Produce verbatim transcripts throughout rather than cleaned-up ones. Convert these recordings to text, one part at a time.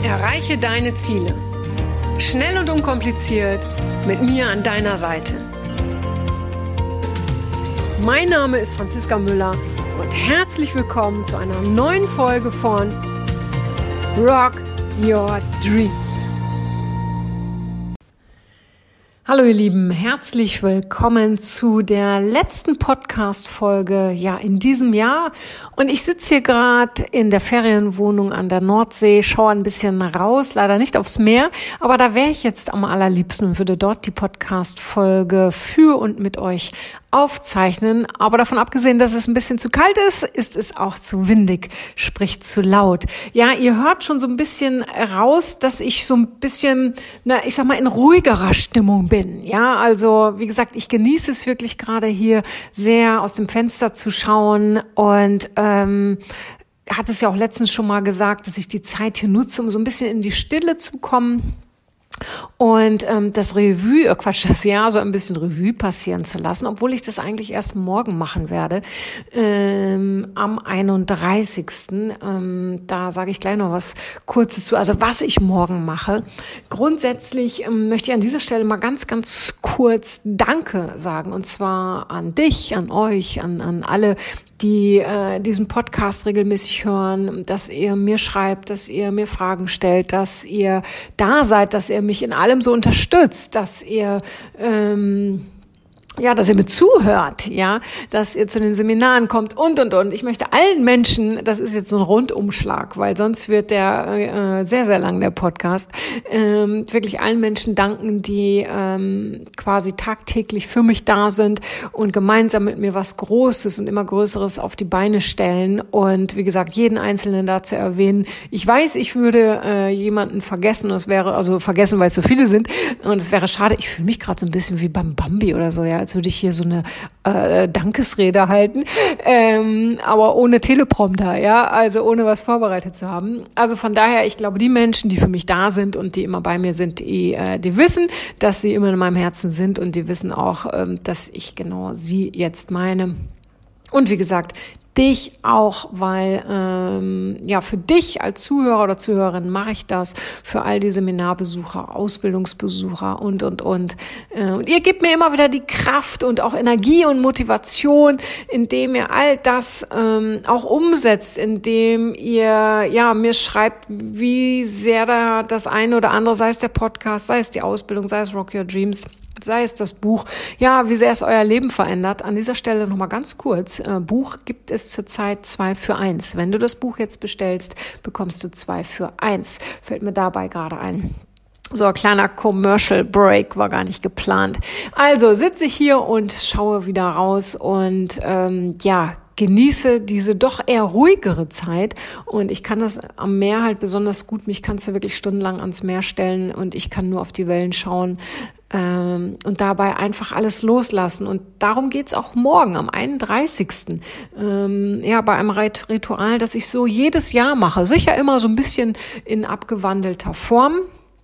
Erreiche deine Ziele. Schnell und unkompliziert mit mir an deiner Seite. Mein Name ist Franziska Müller und herzlich willkommen zu einer neuen Folge von Rock Your Dreams. Hallo ihr Lieben, herzlich willkommen zu der letzten Podcast-Folge ja in diesem Jahr. Und ich sitze hier gerade in der Ferienwohnung an der Nordsee, schaue ein bisschen raus, leider nicht aufs Meer, aber da wäre ich jetzt am allerliebsten und würde dort die Podcast-Folge für und mit euch aufzeichnen. Aber davon abgesehen, dass es ein bisschen zu kalt ist, ist es auch zu windig, sprich zu laut. Ja, ihr hört schon so ein bisschen raus, dass ich so ein bisschen, na, ich sag mal, in ruhigerer Stimmung bin. Ja, also wie gesagt, ich genieße es wirklich gerade hier sehr aus dem Fenster zu schauen und ähm, hat es ja auch letztens schon mal gesagt, dass ich die Zeit hier nutze, um so ein bisschen in die Stille zu kommen. Und ähm, das Revue, äh Quatsch, das Jahr so ein bisschen Revue passieren zu lassen, obwohl ich das eigentlich erst morgen machen werde, ähm, am einunddreißigsten Ähm, da sage ich gleich noch was Kurzes zu, also was ich morgen mache. Grundsätzlich ähm, möchte ich an dieser Stelle mal ganz, ganz kurz Danke sagen, und zwar an dich, an euch, an, an alle, die äh, diesen Podcast regelmäßig hören, dass ihr mir schreibt, dass ihr mir Fragen stellt, dass ihr da seid, dass ihr mich in allem so unterstützt, dass ihr ähm, ja, dass ihr mir zuhört, ja, dass ihr zu den Seminaren kommt und, und, und. Ich möchte allen Menschen, das ist jetzt so ein Rundumschlag, weil sonst wird der äh, sehr, sehr lang, der Podcast, ähm, wirklich allen Menschen danken, die ähm, quasi tagtäglich für mich da sind und gemeinsam mit mir was Großes und immer Größeres auf die Beine stellen. Und wie gesagt, jeden Einzelnen da zu erwähnen. Ich weiß, ich würde äh, jemanden vergessen, das wäre, also vergessen, weil es so viele sind, und es wäre schade. Ich fühle mich gerade so ein bisschen wie beim Bambi oder so, ja, als würde ich hier so eine äh, Dankesrede halten, ähm, aber ohne Teleprompter, ja, also ohne was vorbereitet zu haben. Also von daher, ich glaube, die Menschen, die für mich da sind und die immer bei mir sind, die, äh, die wissen, dass sie immer in meinem Herzen sind, und die wissen auch, ähm, dass ich genau sie jetzt meine. Und wie gesagt, dich auch, weil ähm, ja für dich als Zuhörer oder Zuhörerin mache ich das, für all die Seminarbesucher, Ausbildungsbesucher und, und, und. Äh, und ihr gebt mir immer wieder die Kraft und auch Energie und Motivation, indem ihr all das ähm, auch umsetzt, indem ihr ja mir schreibt, wie sehr da das eine oder andere, sei es der Podcast, sei es die Ausbildung, sei es Rock Your Dreams, sei es das Buch, ja, wie sehr es euer Leben verändert. An dieser Stelle nochmal ganz kurz. Äh, Buch gibt es zurzeit zwei für eins. Wenn du das Buch jetzt bestellst, bekommst du zwei für eins. Fällt mir dabei gerade ein. So ein kleiner Commercial Break war gar nicht geplant. Also sitze ich hier und schaue wieder raus und ähm, ja, genieße diese doch eher ruhigere Zeit, und ich kann das am Meer halt besonders gut. Mich kannst du wirklich stundenlang ans Meer stellen und ich kann nur auf die Wellen schauen ähm, und dabei einfach alles loslassen. Und darum geht's auch morgen am einunddreißigsten Ähm, ja, bei einem Ritual, das ich so jedes Jahr mache. Sicher immer so ein bisschen in abgewandelter Form.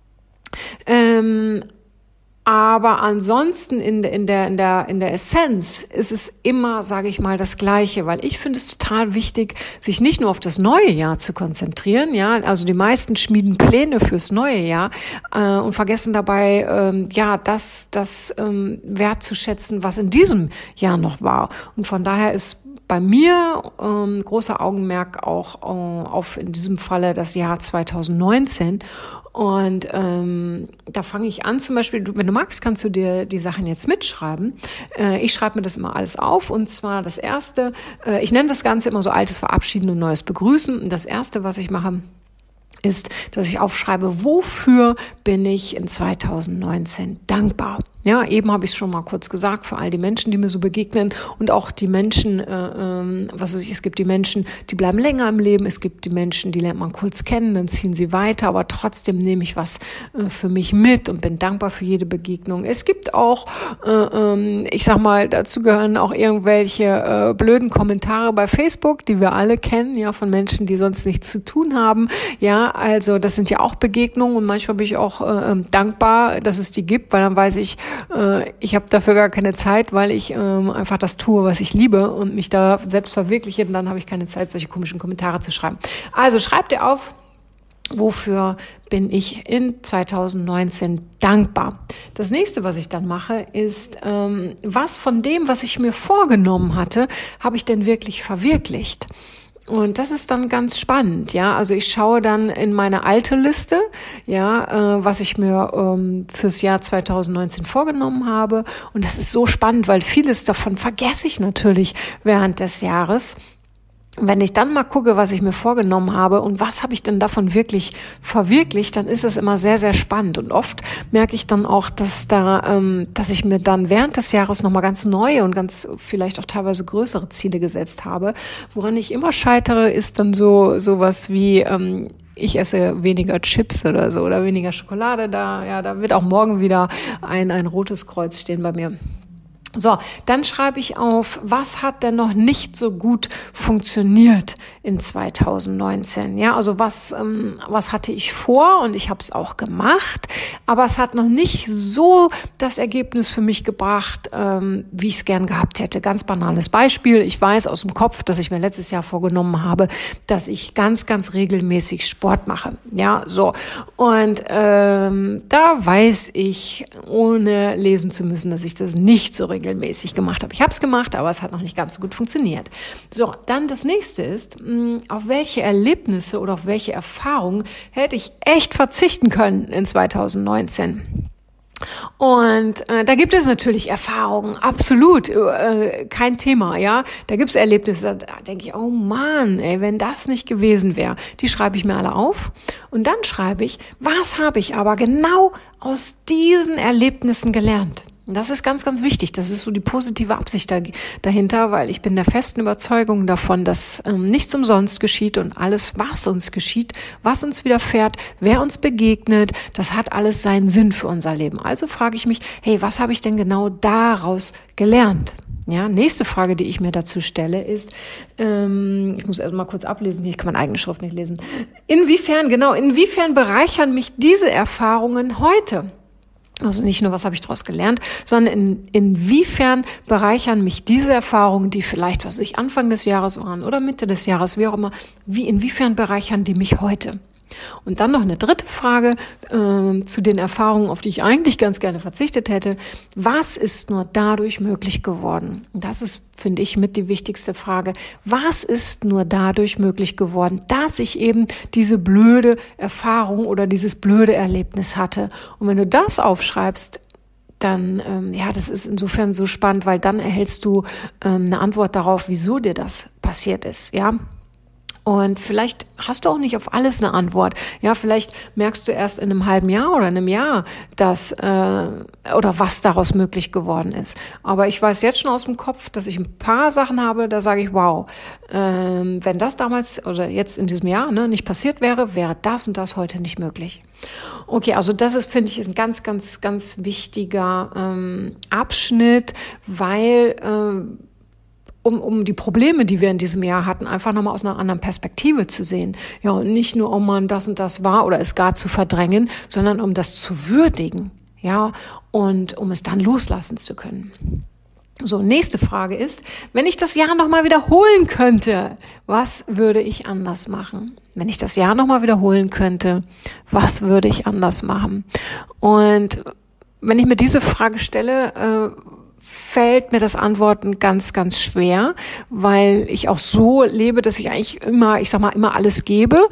Ähm, Aber ansonsten in, der in der in der in der Essenz ist es immer, sage ich mal, das Gleiche, weil ich finde es total wichtig, sich nicht nur auf das neue Jahr zu konzentrieren, ja, also die meisten schmieden Pläne fürs neue Jahr äh, und vergessen dabei, ähm, ja, das das ähm, wertzuschätzen, was in diesem Jahr noch war. Und von daher ist bei mir ähm, großer Augenmerk auch äh, auf in diesem Falle das Jahr zweitausendneunzehn. Und ähm, da fange ich an, zum Beispiel, du, wenn du magst, kannst du dir die Sachen jetzt mitschreiben. Äh, ich schreibe mir das immer alles auf, und zwar das Erste, äh, ich nenne das Ganze immer so Altes verabschieden und Neues begrüßen. Und das Erste, was ich mache, ist, dass ich aufschreibe, wofür bin ich in zweitausendneunzehn dankbar. Ja, eben habe ich es schon mal kurz gesagt, für all die Menschen, die mir so begegnen, und auch die Menschen, äh, ähm, was weiß ich, es gibt die Menschen, die bleiben länger im Leben, es gibt die Menschen, die lernt man kurz kennen, dann ziehen sie weiter, aber trotzdem nehme ich was äh, für mich mit und bin dankbar für jede Begegnung. Es gibt auch, äh, ähm, ich sag mal, dazu gehören auch irgendwelche äh, blöden Kommentare bei Facebook, die wir alle kennen, ja, von Menschen, die sonst nichts zu tun haben. Ja, also das sind ja auch Begegnungen, und manchmal bin ich auch äh, dankbar, dass es die gibt, weil dann weiß ich, ich habe dafür gar keine Zeit, weil ich ähm, einfach das tue, was ich liebe, und mich da selbst verwirkliche, und dann habe ich keine Zeit, solche komischen Kommentare zu schreiben. Also schreibt ihr auf, Wofür bin ich in zweitausendneunzehn dankbar? Das nächste, was ich dann mache, ist, ähm, was von dem, was ich mir vorgenommen hatte, habe ich denn wirklich verwirklicht? Und das ist dann ganz spannend, ja. Also ich schaue dann in meine alte Liste, ja, äh, was ich mir ähm, fürs Jahr zweitausendneunzehn vorgenommen habe. Und das ist so spannend, weil vieles davon vergesse ich natürlich während des Jahres. Wenn ich dann mal gucke, was ich mir vorgenommen habe und was habe ich denn davon wirklich verwirklicht, dann ist es immer sehr, sehr spannend. Und oft merke ich dann auch, dass da, ähm, dass ich mir dann während des Jahres nochmal ganz neue und ganz vielleicht auch teilweise größere Ziele gesetzt habe. Woran ich immer scheitere, ist dann so sowas wie ähm, ich esse weniger Chips oder so oder weniger Schokolade. Da, ja, da wird auch morgen wieder ein ein rotes Kreuz stehen bei mir. So, dann schreibe ich auf, was hat denn noch nicht so gut funktioniert in zweitausendneunzehn? Ja, also was ähm, was hatte ich vor und ich habe es auch gemacht, aber es hat noch nicht so das Ergebnis für mich gebracht, ähm, wie ich es gern gehabt hätte. Ganz banales Beispiel. Ich weiß aus dem Kopf, dass ich mir letztes Jahr vorgenommen habe, dass ich ganz, ganz regelmäßig Sport mache. Ja, so. Und ähm, da weiß ich, ohne lesen zu müssen, dass ich das nicht so regelmäßig regelmäßig gemacht habe. Ich habe es gemacht, aber es hat noch nicht ganz so gut funktioniert. So, dann das nächste ist, mh, auf welche Erlebnisse oder auf welche Erfahrungen hätte ich echt verzichten können in zweitausendneunzehn? Und äh, da gibt es natürlich Erfahrungen, absolut, äh, kein Thema, ja. Da gibt es Erlebnisse, da denke ich, oh Mann, ey, wenn das nicht gewesen wäre, die schreibe ich mir alle auf. Und dann schreibe ich, was habe ich aber genau aus diesen Erlebnissen gelernt? Das ist ganz, ganz wichtig. Das ist so die positive Absicht da, dahinter, weil ich bin der festen Überzeugung davon, dass ähm, nichts umsonst geschieht und alles, was uns geschieht, was uns widerfährt, wer uns begegnet, das hat alles seinen Sinn für unser Leben. Also frage ich mich, hey, was habe ich denn genau daraus gelernt? Ja, nächste Frage, die ich mir dazu stelle, ist, ähm, ich muss erst mal kurz ablesen, ich kann meine eigene Schrift nicht lesen. Inwiefern, genau, inwiefern bereichern mich diese Erfahrungen heute? Also nicht nur, was habe ich daraus gelernt, sondern in, inwiefern bereichern mich diese Erfahrungen, die vielleicht, was ich Anfang des Jahres waren oder Mitte des Jahres, wie auch immer, wie inwiefern bereichern die mich heute? Und dann noch eine dritte Frage äh, zu den Erfahrungen, auf die ich eigentlich ganz gerne verzichtet hätte. Was ist nur dadurch möglich geworden? Und das ist, finde ich, mit die wichtigste Frage. Was ist nur dadurch möglich geworden, dass ich eben diese blöde Erfahrung oder dieses blöde Erlebnis hatte? Und wenn du das aufschreibst, dann, ähm, ja, das ist insofern so spannend, weil dann erhältst du ähm, eine Antwort darauf, wieso dir das passiert ist, ja. Und vielleicht hast du auch nicht auf alles eine Antwort. Ja, vielleicht merkst du erst in einem halben Jahr oder in einem Jahr, dass äh, oder was daraus möglich geworden ist. Aber ich weiß jetzt schon aus dem Kopf, dass ich ein paar Sachen habe, da sage ich, wow, ähm, wenn das damals oder jetzt in diesem Jahr ne, nicht passiert wäre, wäre das und das heute nicht möglich. Okay, also das ist, finde ich, ist ein ganz, ganz, ganz wichtiger ähm, Abschnitt, weil ähm, Um, um die Probleme, die wir in diesem Jahr hatten, einfach nochmal aus einer anderen Perspektive zu sehen. Ja, und nicht nur, um man das und das war oder es gar zu verdrängen, sondern um das zu würdigen. Ja, und um es dann loslassen zu können. So, nächste Frage ist, wenn ich das Jahr nochmal wiederholen könnte, was würde ich anders machen? Wenn ich das Jahr nochmal wiederholen könnte, was würde ich anders machen? Und wenn ich mir diese Frage stelle, äh, fällt mir das Antworten ganz, ganz schwer, weil ich auch so lebe, dass ich eigentlich immer, ich sag mal, immer alles gebe.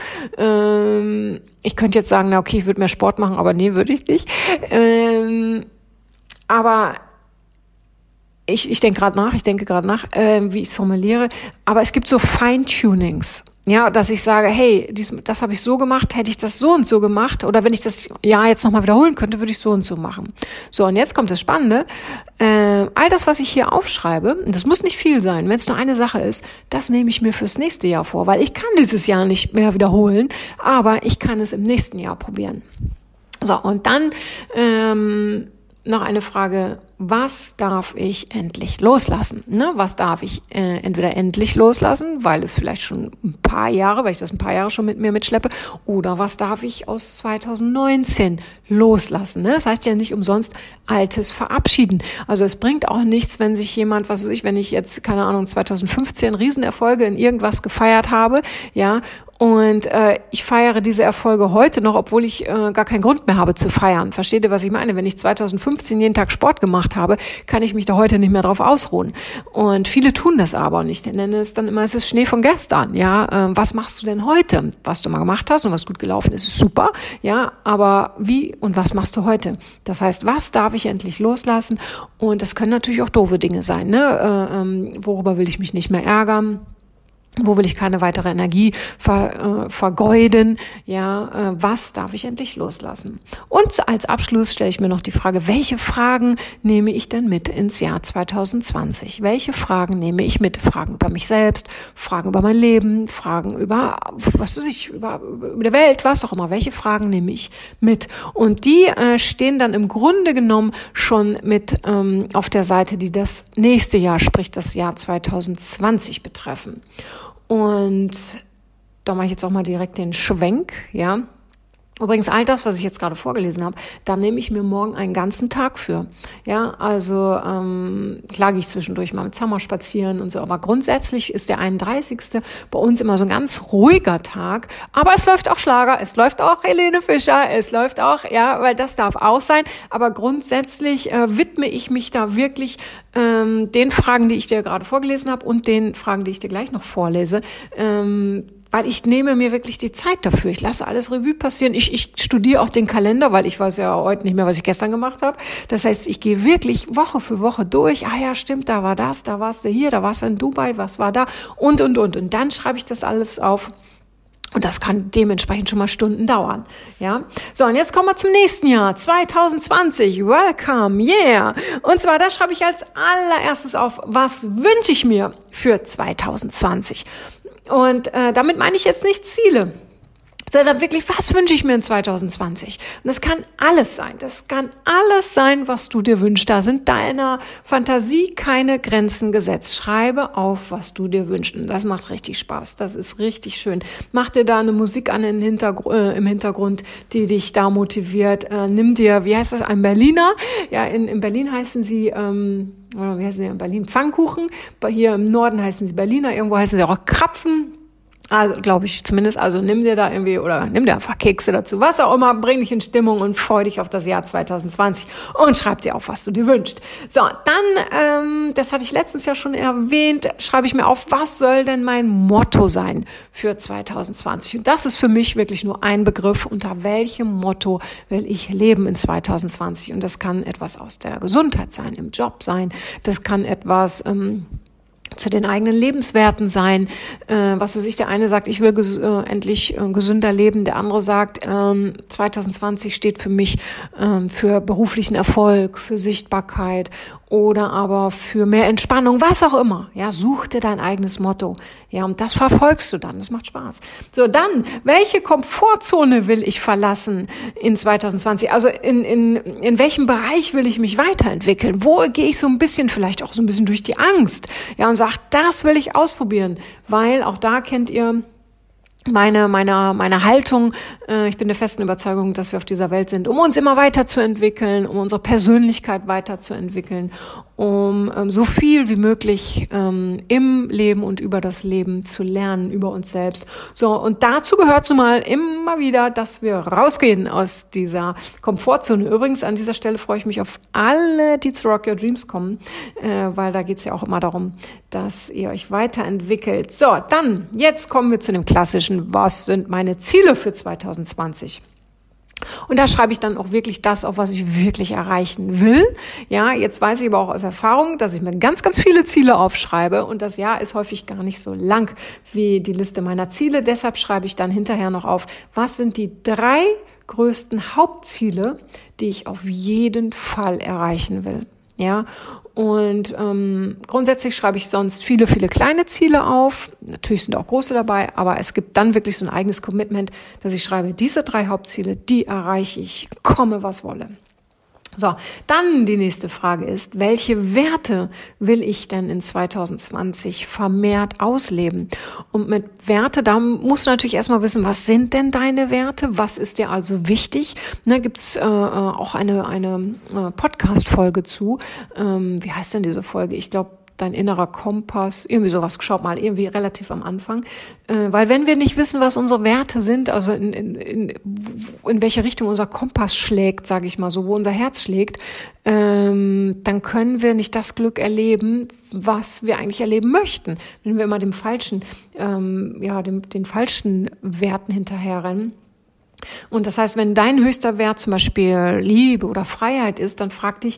Ähm, ich könnte jetzt sagen, na okay, ich würde mehr Sport machen, aber nee, würde ich nicht. Ähm, aber ich, ich denke gerade nach, ich denke gerade nach, äh, wie ich es formuliere. Aber es gibt so Feintunings. Ja, dass ich sage, hey, dies, das habe ich so gemacht, hätte ich das so und so gemacht, oder wenn ich das Jahr jetzt nochmal wiederholen könnte, würde ich so und so machen. So, und jetzt kommt das Spannende, äh, all das, was ich hier aufschreibe, und das muss nicht viel sein, wenn es nur eine Sache ist, das nehme ich mir fürs nächste Jahr vor, weil ich kann dieses Jahr nicht mehr wiederholen, aber ich kann es im nächsten Jahr probieren. So, und dann ähm, noch eine Frage, was darf ich endlich loslassen? Ne? Was darf ich äh, entweder endlich loslassen, weil es vielleicht schon ein paar Jahre, weil ich das ein paar Jahre schon mit mir mitschleppe, oder was darf ich aus zweitausendneunzehn loslassen? Ne? Das heißt ja nicht umsonst Altes verabschieden. Also es bringt auch nichts, wenn sich jemand, was weiß ich, wenn ich jetzt, keine Ahnung, zweitausendfünfzehn Riesenerfolge in irgendwas gefeiert habe, ja, Und äh, ich feiere diese Erfolge heute noch, obwohl ich äh, gar keinen Grund mehr habe zu feiern. Versteht ihr, was ich meine? Wenn ich zweitausendfünfzehn jeden Tag Sport gemacht habe, kann ich mich da heute nicht mehr drauf ausruhen. Und viele tun das aber und ich nenne es dann immer, es ist Schnee von gestern. Ja, äh, was machst du denn heute? Was du mal gemacht hast und was gut gelaufen ist, ist super. Ja, aber wie und was machst du heute? Das heißt, was darf ich endlich loslassen? Und das können natürlich auch doofe Dinge sein. Ne? Äh, ähm, worüber will ich mich nicht mehr ärgern? Wo will ich keine weitere Energie ver, äh, vergeuden? Ja, äh, was darf ich endlich loslassen? Und als Abschluss stelle ich mir noch die Frage, welche Fragen nehme ich denn mit ins Jahr zweitausendzwanzig? Welche Fragen nehme ich mit? Fragen über mich selbst, Fragen über mein Leben, Fragen über, was weiß ich, über, über die Welt, was auch immer. Welche Fragen nehme ich mit? Und die äh, stehen dann im Grunde genommen schon mit ähm, auf der Seite, die das nächste Jahr, sprich das Jahr zweitausendzwanzig betreffen. Und da mache ich jetzt auch mal direkt den Schwenk, ja. Übrigens, all das, was ich jetzt gerade vorgelesen habe, da nehme ich mir morgen einen ganzen Tag für. Ja, also ähm, klar gehe ich zwischendurch mal mit Sommer spazieren und so, aber grundsätzlich ist der einunddreißigste bei uns immer so ein ganz ruhiger Tag. Aber es läuft auch Schlager, es läuft auch Helene Fischer, es läuft auch, ja, weil das darf auch sein. Aber grundsätzlich äh, widme ich mich da wirklich ähm, den Fragen, die ich dir gerade vorgelesen habe und den Fragen, die ich dir gleich noch vorlese. Ähm, Weil ich nehme mir wirklich die Zeit dafür. Ich lasse alles Revue passieren. Ich, ich studiere auch den Kalender, weil ich weiß ja heute nicht mehr, was ich gestern gemacht habe. Das heißt, ich gehe wirklich Woche für Woche durch. Ah ja, stimmt, da war das, da warst du hier, da warst du in Dubai, was war da und, und, und. Und dann schreibe ich das alles auf. Und das kann dementsprechend schon mal Stunden dauern, ja. So, und jetzt kommen wir zum nächsten Jahr, zweitausendzwanzig. Welcome, yeah. Und zwar, da schreibe ich als allererstes auf, was wünsche ich mir für zweitausendzwanzig? Und äh, damit meine ich jetzt nicht Ziele, sondern wirklich, was wünsche ich mir in zweitausendzwanzig? Und das kann alles sein. Das kann alles sein, was du dir wünschst. Da sind deiner Fantasie keine Grenzen gesetzt. Schreibe auf, was du dir wünschst. Und das macht richtig Spaß. Das ist richtig schön. Mach dir da eine Musik an im Hintergrund, äh, im Hintergrund, die dich da motiviert. Äh, nimm dir, wie heißt das, ein Berliner? Ja, in, in Berlin heißen sie, ähm, wie heißen sie in Berlin? Pfannkuchen. Hier im Norden heißen sie Berliner. Irgendwo heißen sie auch Krapfen. Also, glaube ich zumindest, also nimm dir da irgendwie, oder nimm dir einfach Kekse dazu, was auch immer, bring dich in Stimmung und freu dich auf das Jahr zweitausendzwanzig und schreib dir auf, was du dir wünschst. So, dann, ähm, das hatte ich letztens ja schon erwähnt, schreibe ich mir auf, was soll denn mein Motto sein für zweitausendzwanzig? Und das ist für mich wirklich nur ein Begriff, unter welchem Motto will ich leben in zweitausendzwanzig? Und das kann etwas aus der Gesundheit sein, im Job sein, das kann etwas ähm, zu den eigenen Lebenswerten sein, äh, was weiß ich, der eine sagt, ich will ges- äh, endlich äh, gesünder leben, der andere sagt, ähm, zweitausendzwanzig steht für mich ähm, für beruflichen Erfolg, für Sichtbarkeit oder aber für mehr Entspannung, was auch immer. Ja, such dir dein eigenes Motto. Ja, und das verfolgst du dann, das macht Spaß. So, dann, welche Komfortzone will ich verlassen in zweitausendzwanzig? Also in, in, in welchem Bereich will ich mich weiterentwickeln? Wo gehe ich so ein bisschen, vielleicht auch so ein bisschen durch die Angst? Ja, und sag, das will ich ausprobieren, weil auch da kennt ihr meine meine meine Haltung. Äh, ich bin der festen Überzeugung, dass wir auf dieser Welt sind, um uns immer weiterzuentwickeln, um unsere Persönlichkeit weiterzuentwickeln, um ähm, so viel wie möglich ähm, im Leben und über das Leben zu lernen, über uns selbst. So, und dazu gehört zumal immer wieder, dass wir rausgehen aus dieser Komfortzone. Übrigens, an dieser Stelle freue ich mich auf alle, die zu Rock Your Dreams kommen, äh, weil da geht es ja auch immer darum, dass ihr euch weiterentwickelt. So, dann, jetzt kommen wir zu dem klassischen, was sind meine Ziele für zweitausendzwanzig? Und da schreibe ich dann auch wirklich das auf, was ich wirklich erreichen will. Ja, jetzt weiß ich aber auch aus Erfahrung, dass ich mir ganz, ganz viele Ziele aufschreibe und das Jahr ist häufig gar nicht so lang wie die Liste meiner Ziele. Deshalb schreibe ich dann hinterher noch auf, was sind die drei größten Hauptziele, die ich auf jeden Fall erreichen will. Ja, und ähm, grundsätzlich schreibe ich sonst viele, viele kleine Ziele auf. Natürlich sind auch große dabei, aber es gibt dann wirklich so ein eigenes Commitment, dass ich schreibe, diese drei Hauptziele, die erreiche ich, komme was wolle. So, dann die nächste Frage ist, welche Werte will ich denn in zweitausendzwanzig vermehrt ausleben? Und mit Werte, da musst du natürlich erstmal wissen, was sind denn deine Werte? Was ist dir also wichtig? Ne, gibt's äh, auch eine eine äh, Podcast-Folge zu. Ähm, wie heißt denn diese Folge? Ich glaube, dein innerer Kompass, irgendwie sowas, schaut mal, irgendwie relativ am Anfang. Äh, weil wenn wir nicht wissen, was unsere Werte sind, also in, in, in, in welche Richtung unser Kompass schlägt, sage ich mal so, wo unser Herz schlägt, ähm, dann können wir nicht das Glück erleben, was wir eigentlich erleben möchten. Wenn wir immer dem falschen, ähm, ja, dem, den falschen Werten hinterherrennen. Und das heißt, wenn dein höchster Wert zum Beispiel Liebe oder Freiheit ist, dann frag dich,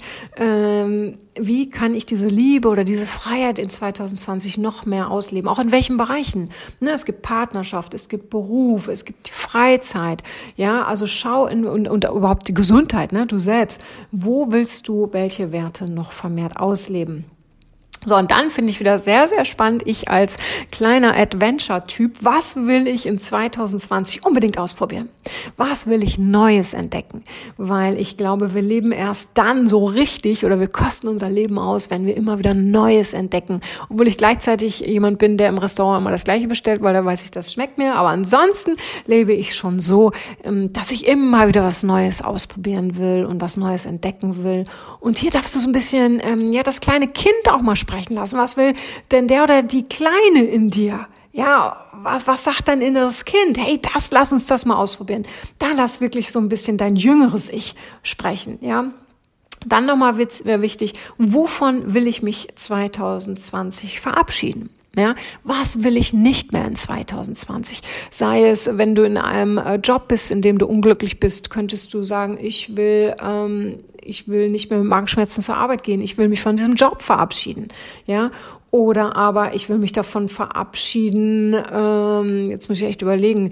ähm, wie kann ich diese Liebe oder diese Freiheit in zwanzig zwanzig noch mehr ausleben? Auch in welchen Bereichen? Ne, es gibt Partnerschaft, es gibt Beruf, es gibt die Freizeit. Ja, also schau in, und, und überhaupt die Gesundheit, ne, du selbst. Wo willst du welche Werte noch vermehrt ausleben? So, und dann finde ich wieder sehr, sehr spannend, ich als kleiner Adventure-Typ, was will ich in zwanzig zwanzig unbedingt ausprobieren? Was will ich Neues entdecken? Weil ich glaube, wir leben erst dann so richtig oder wir kosten unser Leben aus, wenn wir immer wieder Neues entdecken. Obwohl ich gleichzeitig jemand bin, der im Restaurant immer das Gleiche bestellt, weil da weiß ich, das schmeckt mir. Aber ansonsten lebe ich schon so, dass ich immer wieder was Neues ausprobieren will und was Neues entdecken will. Und hier darfst du so ein bisschen, ja, das kleine Kind auch mal sprechen lassen. Was will denn der oder die Kleine in dir? Ja, was, was sagt dein inneres Kind? Hey, das, lass uns das mal ausprobieren. Da lass wirklich so ein bisschen dein jüngeres Ich sprechen, ja. Dann nochmal wäre wichtig, wovon will ich mich zwanzig zwanzig verabschieden? Ja, was will ich nicht mehr in zwanzig zwanzig? Sei es, wenn du in einem Job bist, in dem du unglücklich bist, könntest du sagen, ich will, ähm, ich will nicht mehr mit Magenschmerzen zur Arbeit gehen. Ich will mich von diesem Job verabschieden. Ja, oder aber ich will mich davon verabschieden, ähm, jetzt muss ich echt überlegen,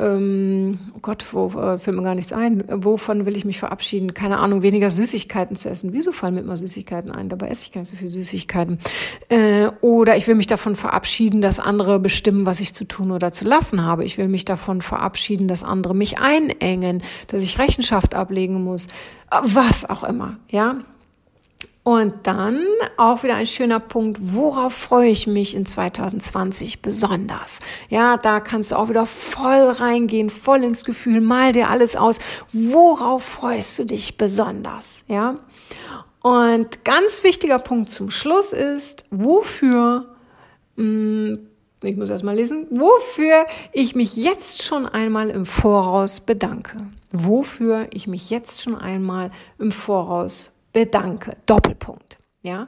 ähm, oh Gott, wo äh, fällt mir gar nichts ein, wovon will ich mich verabschieden? Keine Ahnung, weniger Süßigkeiten zu essen. Wieso fallen mir immer Süßigkeiten ein? Dabei esse ich gar nicht so viel Süßigkeiten. Äh, oder ich will mich davon verabschieden, dass andere bestimmen, was ich zu tun oder zu lassen habe. Ich will mich davon verabschieden, dass andere mich einengen, dass ich Rechenschaft ablegen muss, was auch immer, ja. Und dann auch wieder ein schöner Punkt, worauf freue ich mich in zwanzig zwanzig besonders? Ja, da kannst du auch wieder voll reingehen, voll ins Gefühl, mal dir alles aus. Worauf freust du dich besonders? Ja. Und ganz wichtiger Punkt zum Schluss ist, wofür, mh, ich muss erst mal lesen, wofür ich mich jetzt schon einmal im Voraus bedanke. Wofür ich mich jetzt schon einmal im Voraus bedanke. Doppelpunkt. Ja.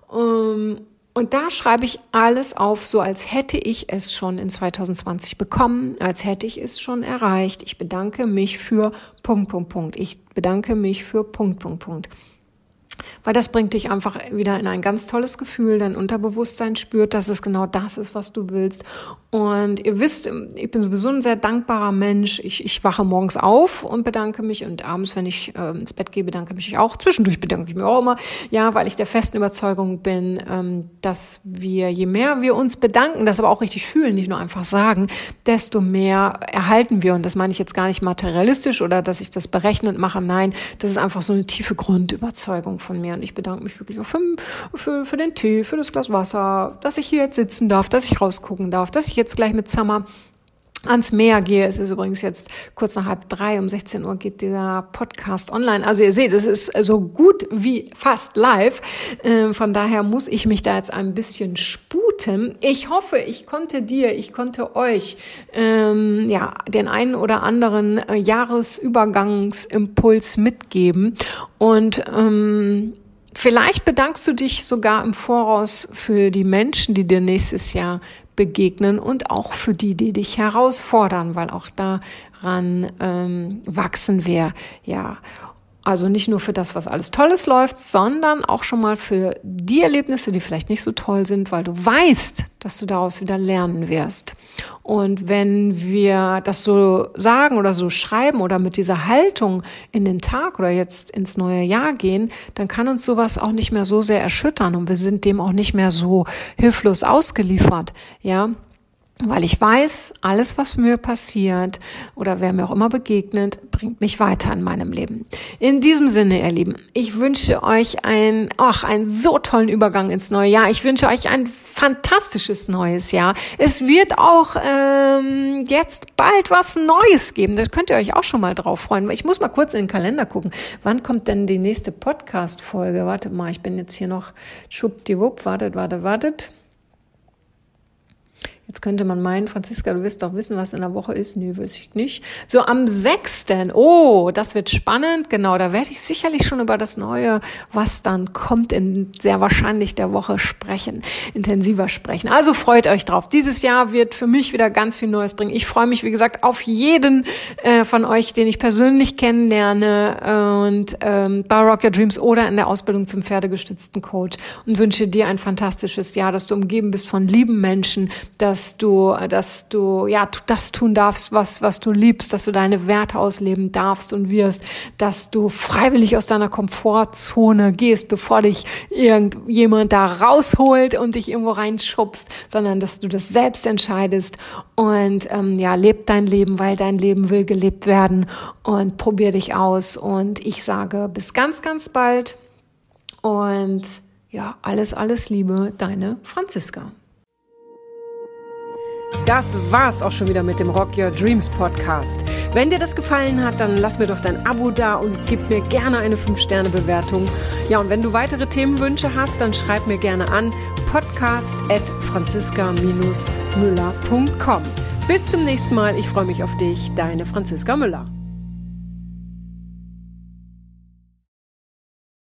Und da schreibe ich alles auf, so als hätte ich es schon in zwanzig zwanzig bekommen, als hätte ich es schon erreicht. Ich bedanke mich für Punkt, Punkt, Punkt. Ich bedanke mich für Punkt, Punkt, Punkt. Weil das bringt dich einfach wieder in ein ganz tolles Gefühl. Dein Unterbewusstsein spürt, dass es genau das ist, was du willst. Und ihr wisst, ich bin sowieso ein sehr dankbarer Mensch. Ich, ich wache morgens auf und bedanke mich. Und abends, wenn ich äh, ins Bett gehe, bedanke mich auch. Zwischendurch bedanke ich mich auch immer. Ja, weil ich der festen Überzeugung bin, ähm, dass wir, je mehr wir uns bedanken, das aber auch richtig fühlen, nicht nur einfach sagen, desto mehr erhalten wir. Und das meine ich jetzt gar nicht materialistisch oder dass ich das berechnend mache. Nein, das ist einfach so eine tiefe Grundüberzeugung von mir. Und ich bedanke mich wirklich auch für, für, für den Tee, für das Glas Wasser, dass ich hier jetzt sitzen darf, dass ich rausgucken darf, dass ich jetzt gleich mit Summer ans Meer gehe. Es ist übrigens jetzt kurz nach halb drei, um sechzehn Uhr geht dieser Podcast online. Also ihr seht, es ist so gut wie fast live. Äh, von daher muss ich mich da jetzt ein bisschen sputen. Ich hoffe, ich konnte dir, ich konnte euch ähm, ja den einen oder anderen äh, Jahresübergangsimpuls mitgeben. Und ähm, vielleicht bedankst du dich sogar im Voraus für die Menschen, die dir nächstes Jahr begegnen und auch für die, die dich herausfordern, weil auch daran ähm, wachsen wir, ja. Also nicht nur für das, was alles Tolles läuft, sondern auch schon mal für die Erlebnisse, die vielleicht nicht so toll sind, weil du weißt, dass du daraus wieder lernen wirst. Und wenn wir das so sagen oder so schreiben oder mit dieser Haltung in den Tag oder jetzt ins neue Jahr gehen, dann kann uns sowas auch nicht mehr so sehr erschüttern und wir sind dem auch nicht mehr so hilflos ausgeliefert, ja. Weil ich weiß, alles, was mir passiert oder wer mir auch immer begegnet, bringt mich weiter in meinem Leben. In diesem Sinne, ihr Lieben, ich wünsche euch ein, ach, einen so tollen Übergang ins neue Jahr. Ich wünsche euch ein fantastisches neues Jahr. Es wird auch ähm, jetzt bald was Neues geben. Da könnt ihr euch auch schon mal drauf freuen. Ich muss mal kurz in den Kalender gucken. Wann kommt denn die nächste Podcast-Folge? Wartet mal, ich bin jetzt hier noch schwuppdiwupp. Wartet, wartet, wartet. Jetzt könnte man meinen, Franziska, du wirst doch wissen, was in der Woche ist. Nee, weiß ich nicht. So, am sechsten Oh, das wird spannend. Genau, da werde ich sicherlich schon über das Neue, was dann kommt, in sehr wahrscheinlich der Woche sprechen, intensiver sprechen. Also freut euch drauf. Dieses Jahr wird für mich wieder ganz viel Neues bringen. Ich freue mich, wie gesagt, auf jeden äh, von euch, den ich persönlich kennenlerne und ähm, bei Rock Your Dreams oder in der Ausbildung zum pferdegestützten Coach und wünsche dir ein fantastisches Jahr, dass du umgeben bist von lieben Menschen, dass dass du, dass du, ja, das tun darfst, was, was du liebst, dass du deine Werte ausleben darfst und wirst, dass du freiwillig aus deiner Komfortzone gehst, bevor dich irgendjemand da rausholt und dich irgendwo reinschubst, sondern dass du das selbst entscheidest und, ähm, ja, leb dein Leben, weil dein Leben will gelebt werden und probier dich aus und ich sage bis ganz, ganz bald und ja, alles, alles Liebe, deine Franziska. Das war's auch schon wieder mit dem Rock Your Dreams Podcast. Wenn dir das gefallen hat, dann lass mir doch dein Abo da und gib mir gerne eine fünf Sterne Bewertung. Ja, und wenn du weitere Themenwünsche hast, dann schreib mir gerne an podcast at franziska müller punkt com. Bis zum nächsten Mal. Ich freue mich auf dich. Deine Franziska Müller.